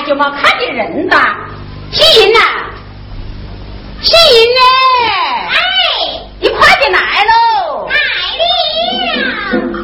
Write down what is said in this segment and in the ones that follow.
就没看见人的。喜银呐，喜银呢？ 哎， 你快点来喽！ 来了。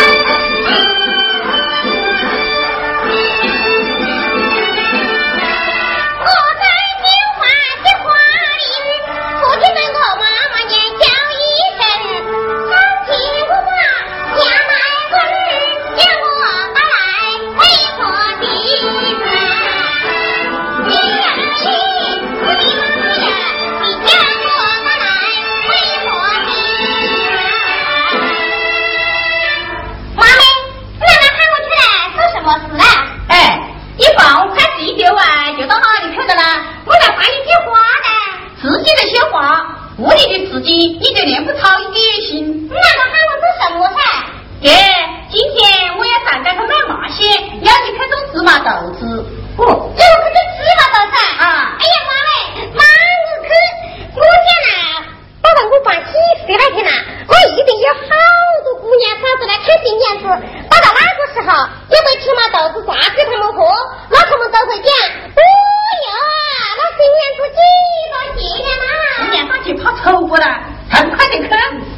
屋里的事情你就连不操一点心， 那个喊我做什么噻？ 爹，今天我要上街去买麻线，要你去种芝麻豆子。 哦，叫我去种芝麻豆子啊！ 哎呀妈嘞，妈我去，我讲啦，到了我办喜事那天啦，我一定有好多姑娘嫂子来看新娘子。到了那个时候，要把芝麻豆子榨给他们喝，那他们都会讲，哦哟，那新娘子几多谢了嘛！ 新娘子去怕丑不啦？很快点去。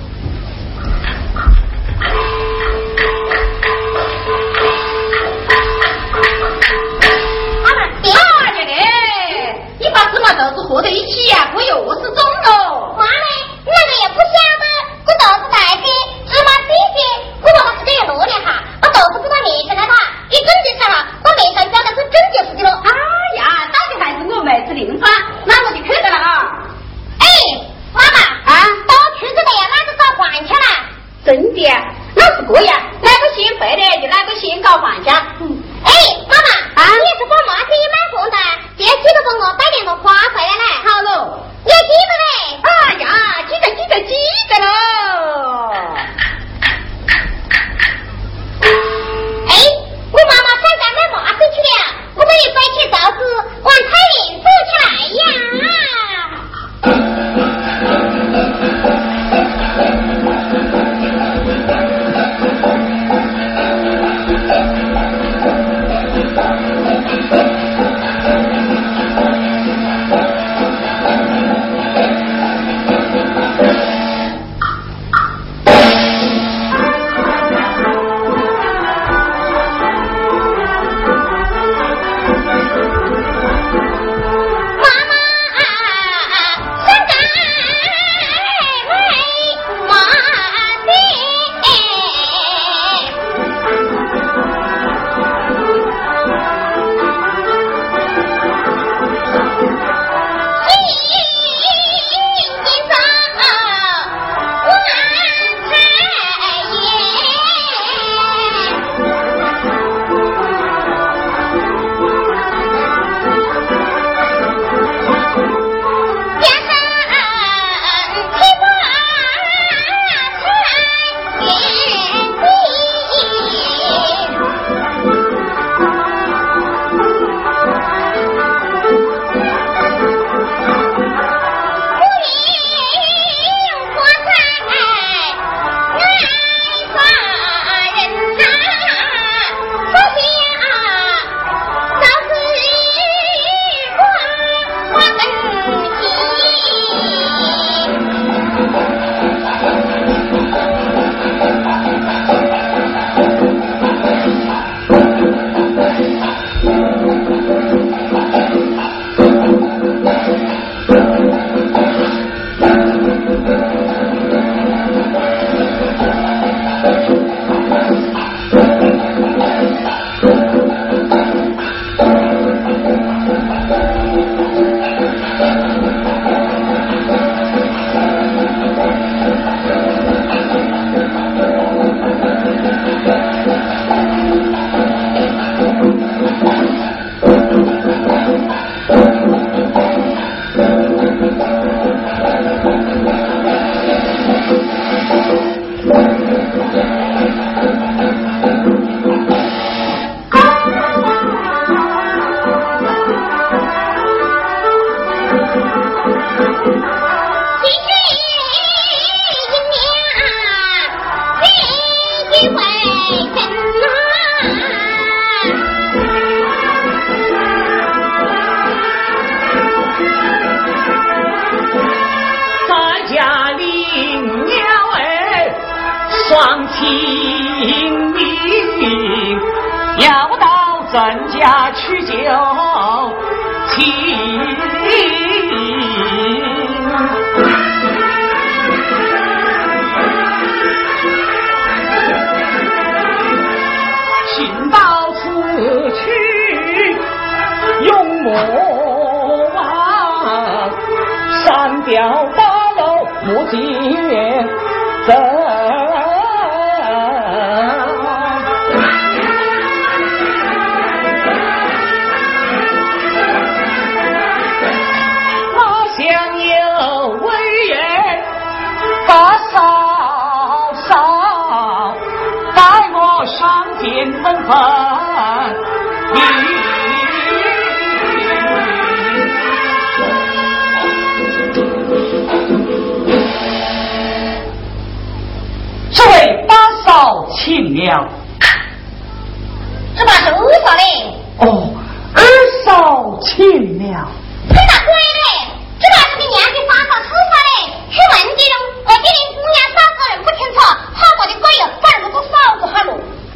你把芝麻豆子和在一起呀，我有是种喽。 妈嘞，那个也不晓得，我豆子大些，芝麻细些，我把它是这样落了哈，把豆子给它灭下来它，一蒸的时候，把面上浇的是蒸就是的了。 哎呀，到底还是我妹子灵芳，那我就去的了啊。 哎，妈妈啊，到去这个呀，哪个搞饭去了？ 真的呀，那是个呀，哪个先回来就哪个先搞饭去。 哎，妈妈啊，你要是帮妈去买饭的，就要记得帮我带点个花回来嘞。 好喽， 你要记得嘞。 哎呀，记得喽。 哎，我妈妈上家买麻子去了，我们也摆起豆子往菜园走起来呀。 双亲命，要到郑家去就亲。亲到此去永莫忘，删掉大楼不见真。他乡有委员把嫂嫂带我上见门分这位八嫂请了。 这把是二嫂嘞。 哦，二嫂请了。 真的鬼嘞！这把是个年纪3嫂4嫂嘞，去问这种，我这里姑娘3个人不清楚，好我的鬼哟，把人都嫂子哈喽。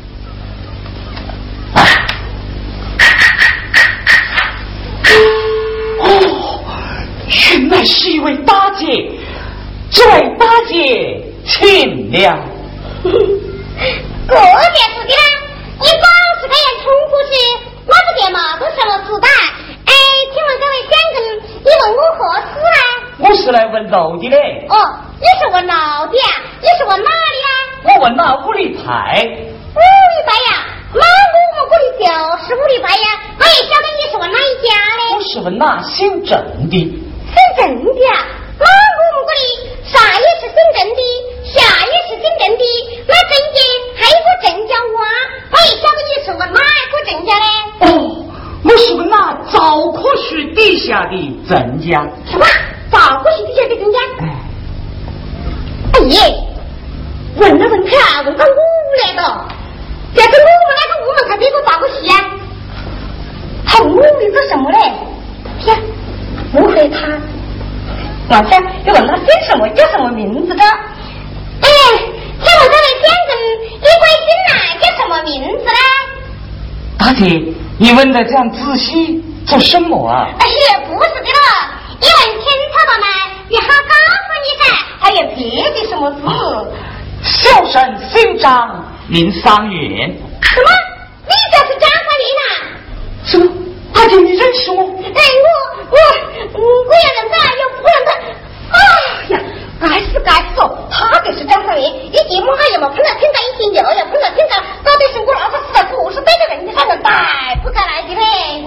哦，原来是一位大姐，这位大姐请了。 个别是的啦，你老是这样冲过去，我不得嘛，都什么事的？哎，请问这位先生，你问我何事啊？ 我是来问路的嘞。 哦，你是问路的啊？你是问哪里啊？ 我问那五里牌。 五里牌呀？那我们这里就是五里牌呀，我也晓得你是问哪一家嘞？ 我是问那姓郑的。 姓郑的啊？那我们这里上也是姓郑的，下也是姓郑的，那郑家还有个郑家娃，我也晓得你是问哪个郑家嘞？ 哦，我是问那赵科学底下的郑家。 什么？赵科学底下的郑家？哎耶，问了问他，问到我来了。这是我们那个我们才这个赵科学啊，还问我的什么嘞？呀，我回他。晚上又问他姓什么叫什么名字的？哎，请问这位先生，你贵姓哪叫什么名字呢？ 大姐，你问的这样仔细做什么啊？ 哎呀，不是的了，你问清楚了呢，也好告诉你噻，还有别的什么字？ 小生姓张，名桑元。 什么？你就是张三元呐？ 什么？大姐，你认识我？ 哎，我要认得，又不认得。哎呀，该死哦！他就是张三元，一进门还要么碰到听到一进又要碰到听到，搞得是我老婆死了，不是对着人家上面带不该来的嘞。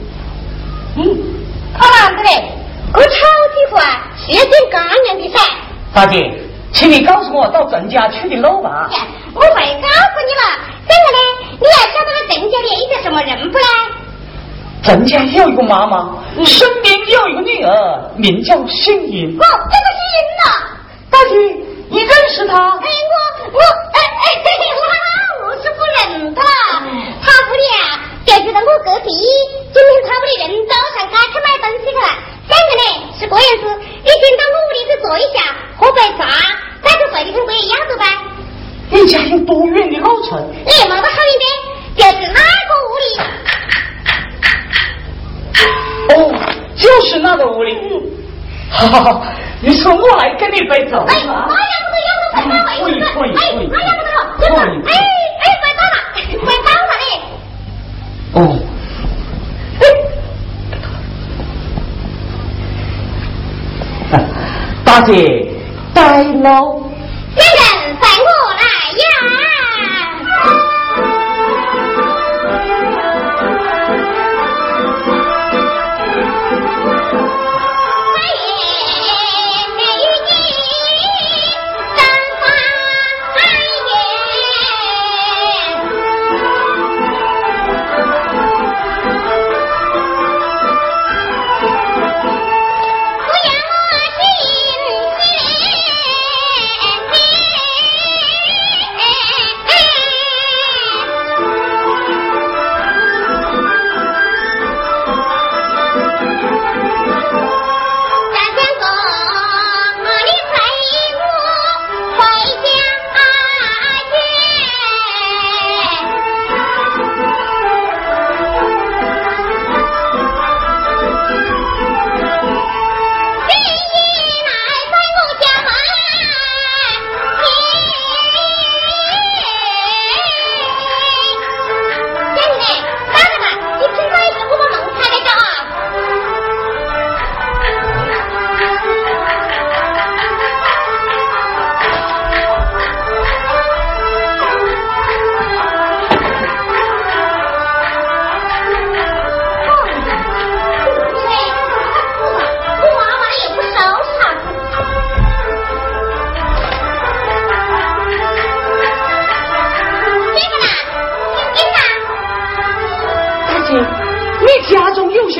好难的嘞，我炒几壶啊，是要点干粮的噻。 大姐，请你告诉我到郑家去的路吧。 我会告诉你了。这个呢，你要晓得那郑家里一个什么人不呢？ 郑家有一个妈妈，身边有一个女儿，名叫杏英。 哦，这个是人呐。 大姐，你认识她？ 哎，我是不认得。他屋里啊，就住在我隔壁。今天他屋里人早上该去买东西去了。现在呢是这样子，你先到我屋里去坐一下，喝杯茶，再去回去跟我一样的呗。 你家有多远的路程？ 你没得好远的，就是那个屋里。 哦，就是那个屋里。好好好，你说我来跟你背走。 哎，我要不得，要不得，快可以。 哎，我要不得了，真的。快到了，快到了嘞。 哦。大姐，带路。 先生，带我来呀！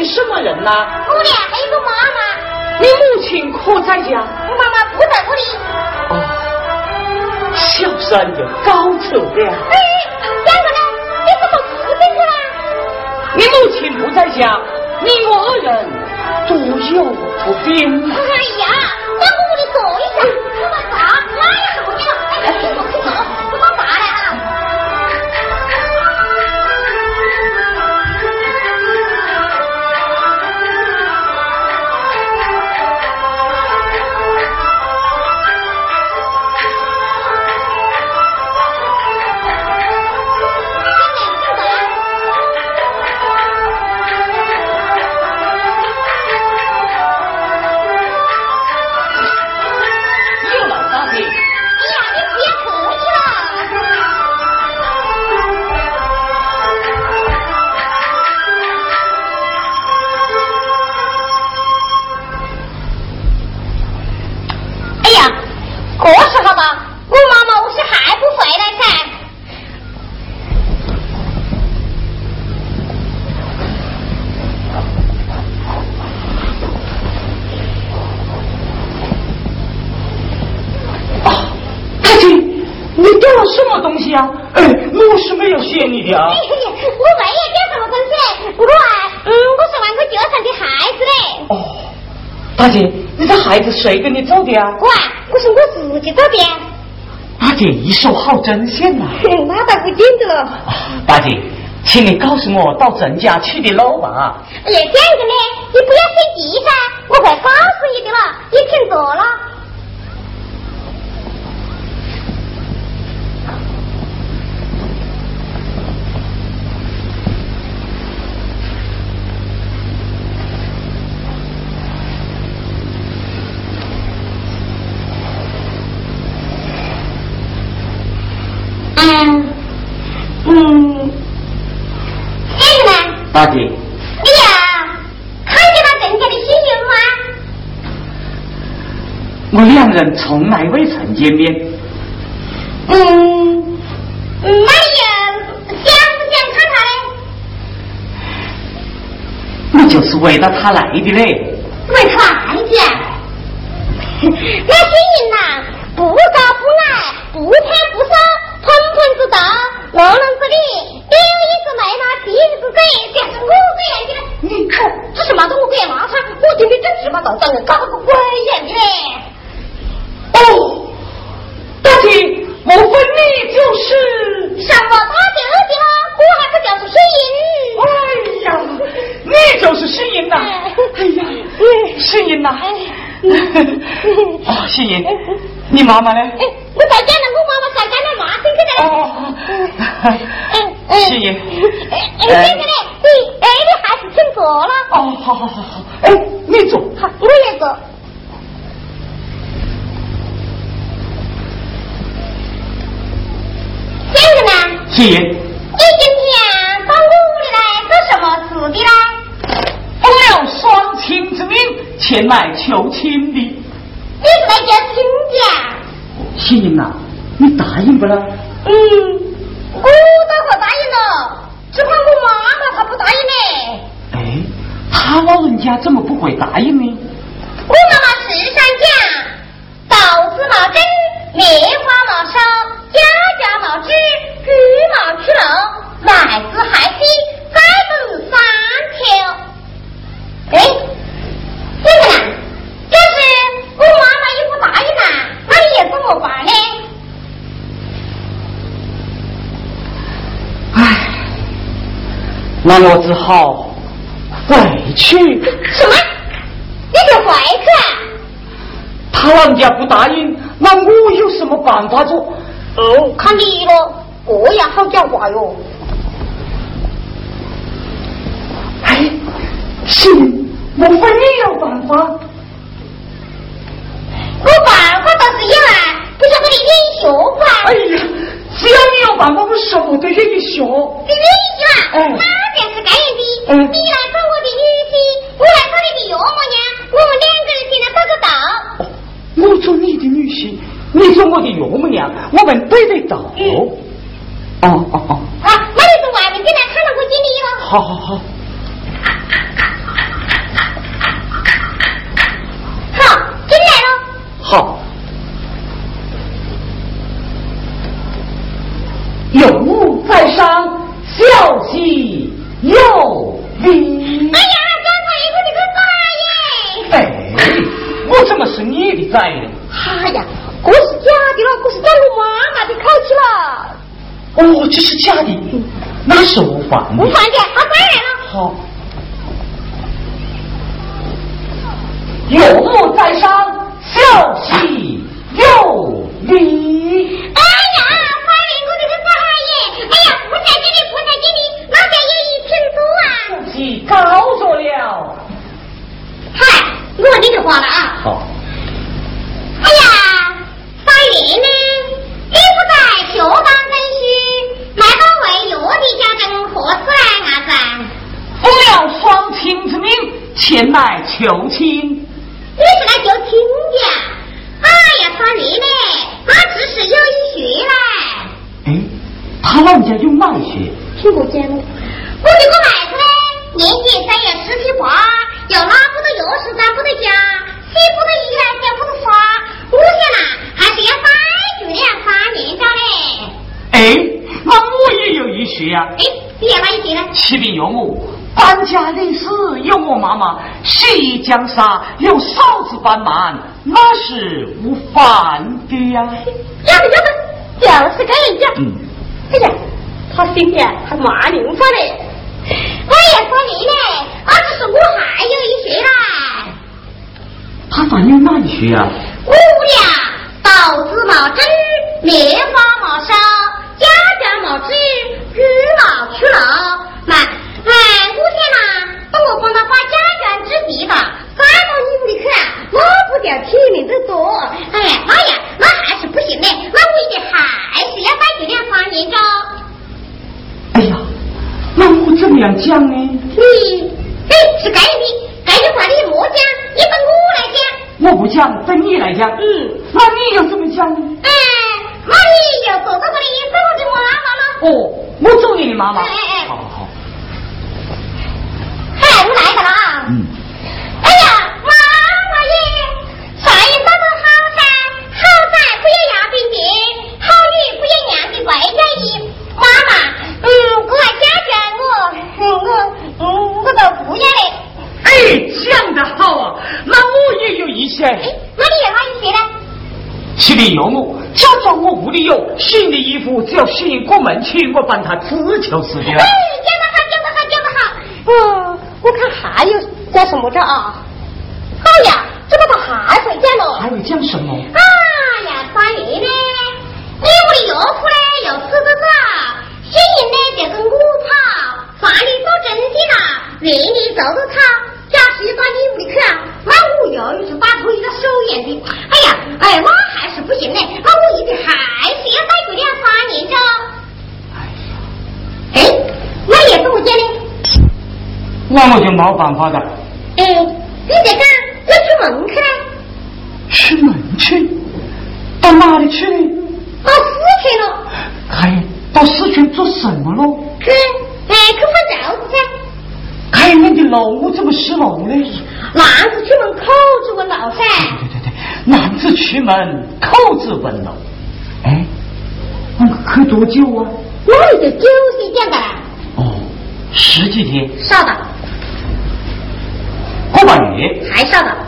些什么人呐？ 我俩还有个妈妈。 你母亲可在家？ 我妈妈不在屋里。 哦，小生有高处的呀。 两个呢？你怎么不进去了？ 你母亲不在家，你我二人多有不便。 哎呀，在屋里坐一下，怎么着？哪有什么呀？哎，快坐，怎么打来啊？这时候吧，我妈妈我是还不回来噻。 啊，大姐，你丢了什么东西啊？我是没有嫌你的啊。 我没有丢什么东西，不过我是玩个旧上的孩子嘞。 哦，大姐，你这孩子谁跟你走的啊？ 我是我自己走的。 大姐一手好针线呐。 那倒不见得了。 大姐，请你告诉我到郑家去的路吧。 哎呀，这样子呢，你不要心急噻，我会告诉你的了，你听着了。先生呢？ 大姐， 哎呀，看见了郑家的新人吗？ 我两人从来未曾见面。 那你想不想看他嘞？ 我就是为了他来的嘞。 为他来的？那新人呐，不高不矮，不胖不瘦，蓬蓬子大，嫩嫩子的，脸一只眉毛，鼻子嘴，这是我这样的。你看，这是骂着我给骂他，我听得真是把当当的搞个鬼样的嘞。 哦，大姐，莫非你就是什么大姐二姐了？我还不就是新人。 哎呀，你就是新人呐！哎呀，新人呐！哦，新人，你妈妈呢？ 我在家呢，我妈妈在家那骂进去的。 新人， 这个呢，你还是听着了。 哦，好，你坐。 好，我也坐。先生呢？ 新人， 你今天到我屋里来做什么事的啦？ 奉了双亲之命前来求亲的。 你是来叫亲家？ 新人呐，你答应不啦？ 我倒会答应了，只怕我妈妈她不答应呢。 哎，他老人家怎么不会答应呢？ 我妈妈时常讲，稻子毛针，棉花毛梢，家毛织，羽毛去楼，来自海西，再分三条。先生啊，要是我妈妈也不答应了，那你也怎么办呢？ 唉，那我只好回去。 什么？你就回去啊？ 他老人家不答应，那我有什么办法做？ 看你了，这样好讲话哟。 哎，行，莫非你有办法？ 我办法倒是有啊，不晓得你愿意学不啊？ 哎呀，只要你有办法，我什么都愿意学。 你愿意是吧？那便是这样的。你来做我的女婿，我来做你的岳母娘，我们两个人现在得个道。 我做你的女婿，你做我的岳母娘，我们对得到。 那你从外面进来看到我经理了。 好。 哎呀，这是假的了，这是长我妈妈的口气了。 哦，这是假的，那是无妨的。 无妨的，好，当然了。 好。有木在上，小喜有礼。 哎呀，欢迎我的个大爷！哎呀，不在这里，不在这里，老家有一请坐啊。 小喜告着了。 嗨，我领着话了啊。 好。 哎呀，三爷呢？你不在学当真虚，来到为药的家中何事来啊？子？ 奉了双亲之命，前来求亲。 你是来求亲的？哎呀，三爷呢？俺只是有一学来。 哎，他老人家有哪一学？ 听不见了。我这个孩子呢，年纪3月18，有拉不得钥匙，咱不得家，洗不得衣来，剪不得发。我想啊，还是要再住2-3年着嘞。 哎，那我也有一学啊。 哎，你要哪一学呢？ 启禀有母，搬家历史有我妈妈，洗江沙有嫂子帮忙，那是无妨的呀。 要不就是跟人家。哎呀，他心里还蛮灵发嘞。哎呀，说你呢，只是我还有一学啦。 他还有哪一学啊？ 我呀，刀子毛针，棉花毛烧，家家毛织，日老去老。我天哪，等我帮他把家园织地吧，再到你屋里去啊，那不叫体面的多。哎呀，那还是不行的，那我一定还是要再住2-3年着。 哎呀，那我怎么样讲呢？ 是该的，该的话你莫讲，你等我来讲。 我不讲，等你来讲。那你要怎么讲呢？ 那你要走到这里，走我的妈妈了。 哦，我走你的妈妈。好。 我来了啊。哎呀，妈妈耶，啥人都好噻，好仔不要压冰冰，好女不要娘的怪在意。妈妈，我还家眷我都不要嘞。 哎，讲得好啊，那我也有一些。 那你有哪一些呢？ 启禀有母，假装我屋里有新的衣服，只要新人过门去，我帮他织就是的。 讲得好。我看还有讲什么着啊？哎呀，这个他还会讲了。 还会讲什么？ 哎呀，三爷呢？你屋里药铺呢有4个字，新人呢就跟我跑，饭里做真的啦，院里走着草。假使到你屋里去啊，那我又是打头一个手眼的。那还是不行呢，那我一定还是要再住2-3年着。那也这么讲呢？ 那我就没办法的。 你这个要出门去呢？ 出门去？到哪里去呢？ 到市区了。 到市区做什么喽？ 去放枣子噻。 你的路怎么是路呢？ 男子出门口子问路噻。 对，男子出门口子问路。那可多久啊？ 那就9岁讲的啦。 10几天。 少的。 5个月。 还少的。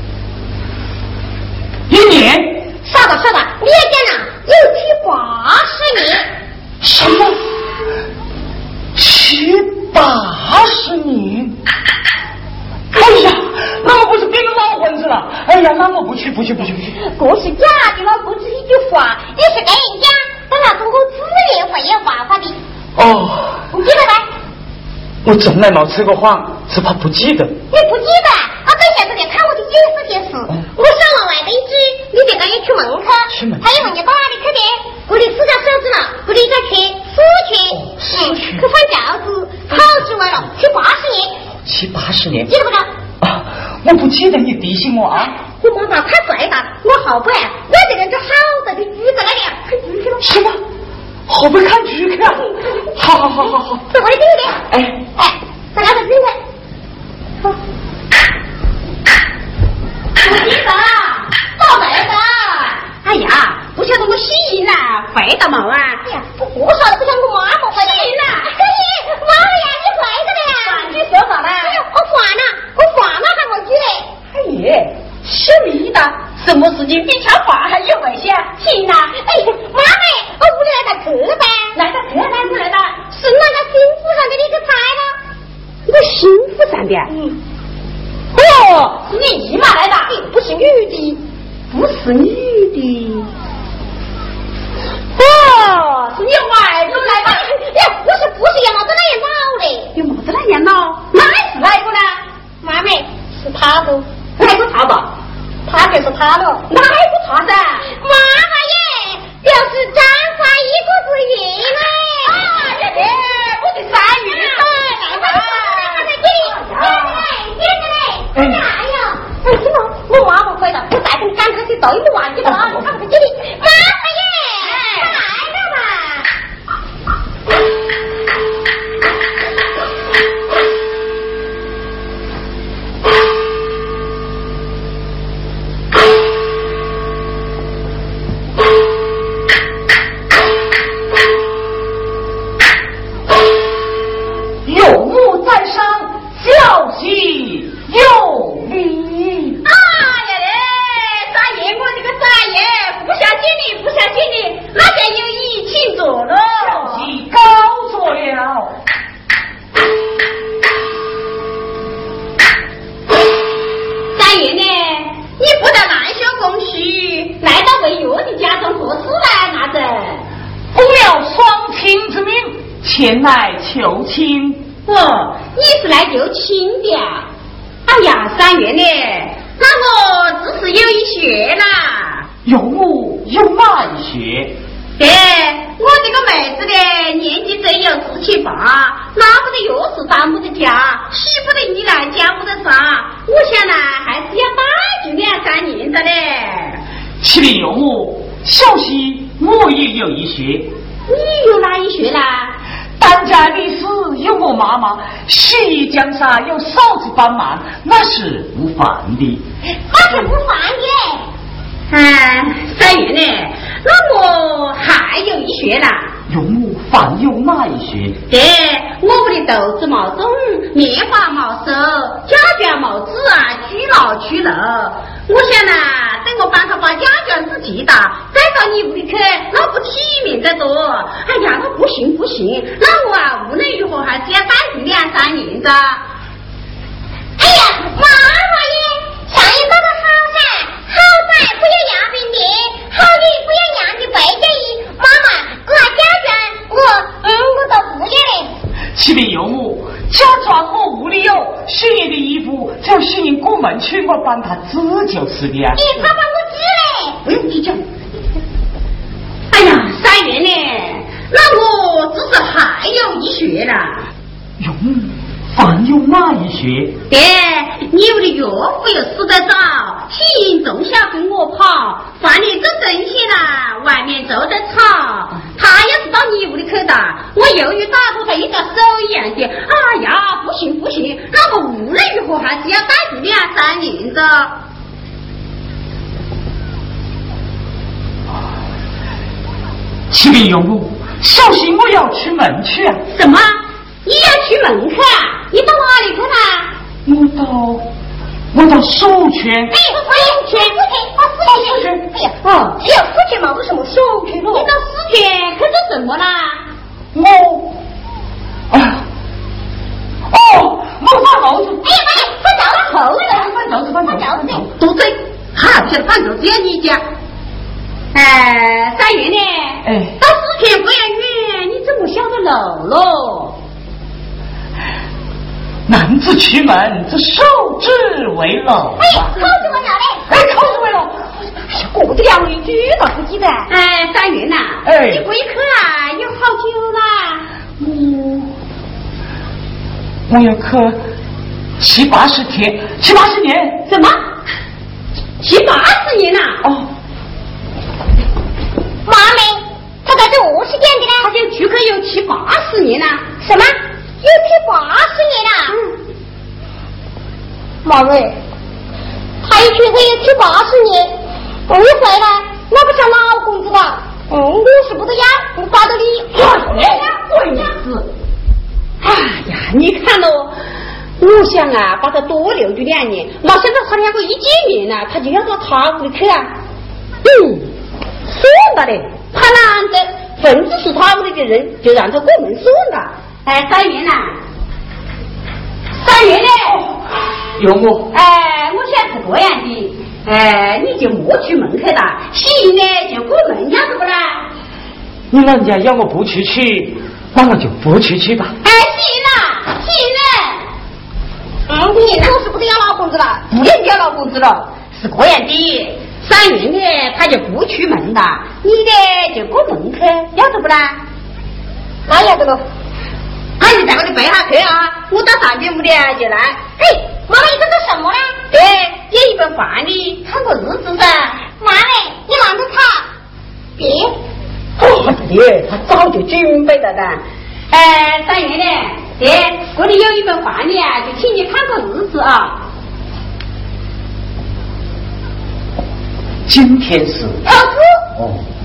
1年。 少的，你也讲了，有7-80年。 什么？7-80年？哎呀，那我不是变成老混子了？哎呀，那我不去。 这是假的了，不是一句话，你是跟人家，等下通过自然会有办法的。你记得没？ 我从来没吃过谎，只怕不记得。 你不记得？等下子就看我的意思就是，我上了外头一指，你就赶紧出门去。他一问你到哪里去的？我的4条手指了，我的一个去市区，去放轿子，考试完了7-80年。 7-80年？ 记得不着？ 我不记得，你提醒我啊。 我妈妈太帅了，我好不我这个人就好的就举在那里看剧去了。 什么？好不看剧去啊？好。 走过来听听。大家都听听。你子，到哪个？哎呀，不晓得我吸引啦，坏的嘛啊！哎呀，我说的不像我妈妈坏的。吸引啦！妈呀，你坏的嘞！你说啥嘞？我烦了，还我举嘞。 神秘的，是什么事情比抢饭还有危险？行啊！ 哎呀，妈咪，我屋里来的客呗， 来的客，来的来的， 是那个新府上的那个菜了。 我新府上的？哦，是你姨妈来的？ 不是女的， 不是女的。哦，是你外公来的？ 呀，不是呀，毛子那也老嘞。 有毛子那也老？哪是哪个呢？ 妈咪，是他的。 哪个他吧？ 他就是他了。 哪个他噻？ 妈妈耶，就是张三一个字爷嘞。 啊耶！我的三女儿。 哎呀，哎听到我妈妈回来，我再跟你赶他去逗一不忘记了啊！他不是这里，妈妈耶，来了嘛！ 有木在上，消息有理。 啊呀嘞，三爷，我这个三爷不相信你，不相信你，那就有意请坐了。 消息告错了。 三爷呢？你不得暗修公序，来到为岳的家中何事呢？那是奉了双亲之命，前来求亲。 哦，你是来求亲的啊？哎呀，三爷呢？那我只是有一学啦。 有木有哪一学？ 对，我这个妹子呢，年纪只有17、8，拿不得钥匙，当不得家，洗不得衣来，家不得上。我想呢，还是要带住2、3年的嘞。 启禀有木，消息我也有一学。 你有哪一学啦？ 当家历史有我妈妈，洗江山有嫂子帮忙，那是无妨的。 那是不妨的。 三爷呢？那我还有一学啦。 有木凡有哪一学？ 对，我屋的豆子毛种，棉花毛收，家眷毛子啊，居老居乐。我想呢，等我帮他把家眷子记打，再到你屋里去，那不体面得多。哎呀，那不行，那我啊，无论如何还是要带住2、3年的。 哎呀，妈妈耶，上一个的好噻，好仔不要养病的，好女不要养的背着一。妈妈，我家眷我都不要嘞。 启禀有木，家装我屋里有，许爷的衣服只要许爷过门去，我帮他织就是的呀。 他帮我织嘞， 不用计较。哎呀，三爷呢？那我只是还有一学啦。 有木凡有哪一学？ 对，你有的岳父又死得早，行从小跟我跑，饭里做东西啦，外面走着吵。他要是到你屋里去的，我又与打破他一条手一样的。哎呀，不行，那我无论如何还是要带住2、3年的。 启禀有木，小心我要出门去啊！ 什么？你要去门去啊？你到哪里去啦？ 我到手圈。 哎，手圈，手圈。哎呀，只有手圈嘛，为什么手圈咯？ 你到4圈去做什么啦？ 哎呀，我翻猴子。 哎呀，翻着了猴子， 翻着子。 多嘴，还不晓得翻着只要你讲。三爷呢？到4圈不要远，你怎么晓得路咯？ 男子出门，这手指为楼。 哎，口子为了嘞。 口子为楼。 过得了一句都不记得。 三爷呐，你归去啊，有好久啦？ 我要去7、80天，7、80年。 什么？7、80年啦？ 妈咪，他在这50年的呢？ 他就去可有7、80年啦？ 什么？有7、80年啦？妈咪，他一去可有7、80年，我回来那不成老公子了？我是不得呀，我把着你。 鬼子！哎呀，你看喽，我我想啊，把他多留住2年，没想到他2个一见面呢，他就要到他屋里去啊。算了嘞，他懒得，分子是他屋里的人，就让他过门算了。哎，3元呐，3元嘞。 有我。 我想是这样的，你就莫出门去了，行呢就过门，要是不啦？ 你人家要我不出去，那我就不出去吧。 行了。你那是不是要老公子了？不要要老公子了，是这样的。3元呢，他就不出门了，你呢就过门去，要得不啦？ 那要得了。 你在我的背下去啊！我到3点5点就来。 妈妈，你这做什么呢？ 对，有一本饭呢，看个日子噻。 妈嘞，你忙着看。别。 对，他早就准备了的。3元呢？对，这里有一本饭呢，就请你看个日子啊。 今天是炒股。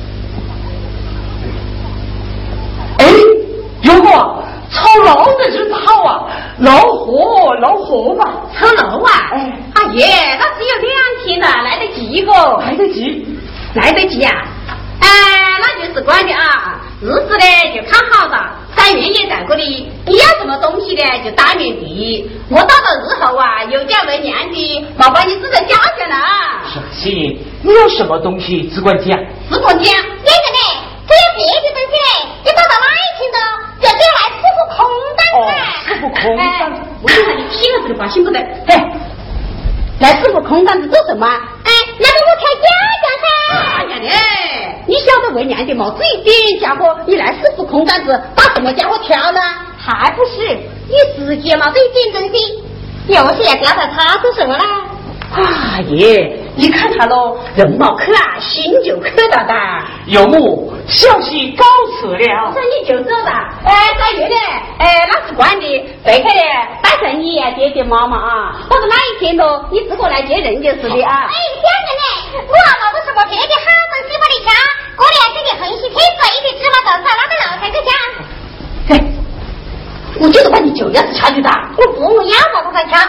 有我炒肉的日子好啊，老火嘛。 炒肉啊？爷，那只有2天了，来得及不？ 来得及啊！那就是关的啊，日子呢就看好了。3元也在这里，你要什么东西呢就当面提。我到了日后啊，有家为娘的，麻烦你自个家去了。 小心，你有什么东西只管讲。 只管讲。 那个呢，这有别的东西嘞，你到哪里听到？就这来吃副空单子。 吃副空单子。 我看你听了这个话信不得。来吃副空单子做什么？ 那个我挑家家噻。你晓得为娘的毛这一点家伙，你来吃副空单子，把什么家伙挑呢？ 还不是你自己嘛这一点东西，有些也交代他做什么啦？ 爷，你看他喽，人毛去啊，心就去了的。 有母，小婿告辞了。 那你就走了。3月呢？那是关的，背开的带上你呀，爹爹妈妈啊，或者哪一天喽，你自个来接人就是的啊。 这样的呢，我还没什么别的好东西把你抢，过来这个横西铁水的芝麻豆腐，那个老太太抢。 我就是把你酒要是掐去的， 我要把它抢。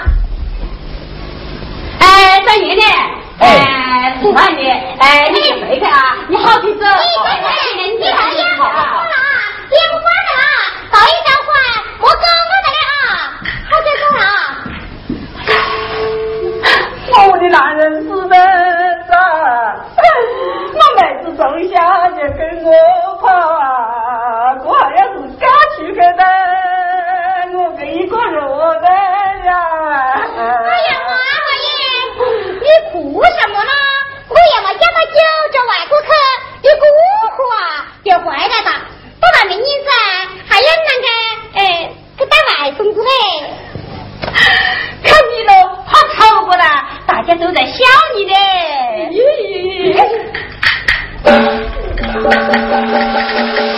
3月呢？吃饭的，你就背开啊，你好去走。 你好呀，好啊，别不管了啊，早一早晚我跟我的了啊，好再说啊。 我的男人是人啊，我每次走下就跟我跑啊，我还要是嫁去给他，我跟一个弱的呀。 妈耶，你哭什么呢？我要嘛叫他揪着外国去，这个屋户啊就回来了，到了明年噻还要那个给带外孙子嘞。 看你喽，怕吵不啦？大家都在笑你嘞。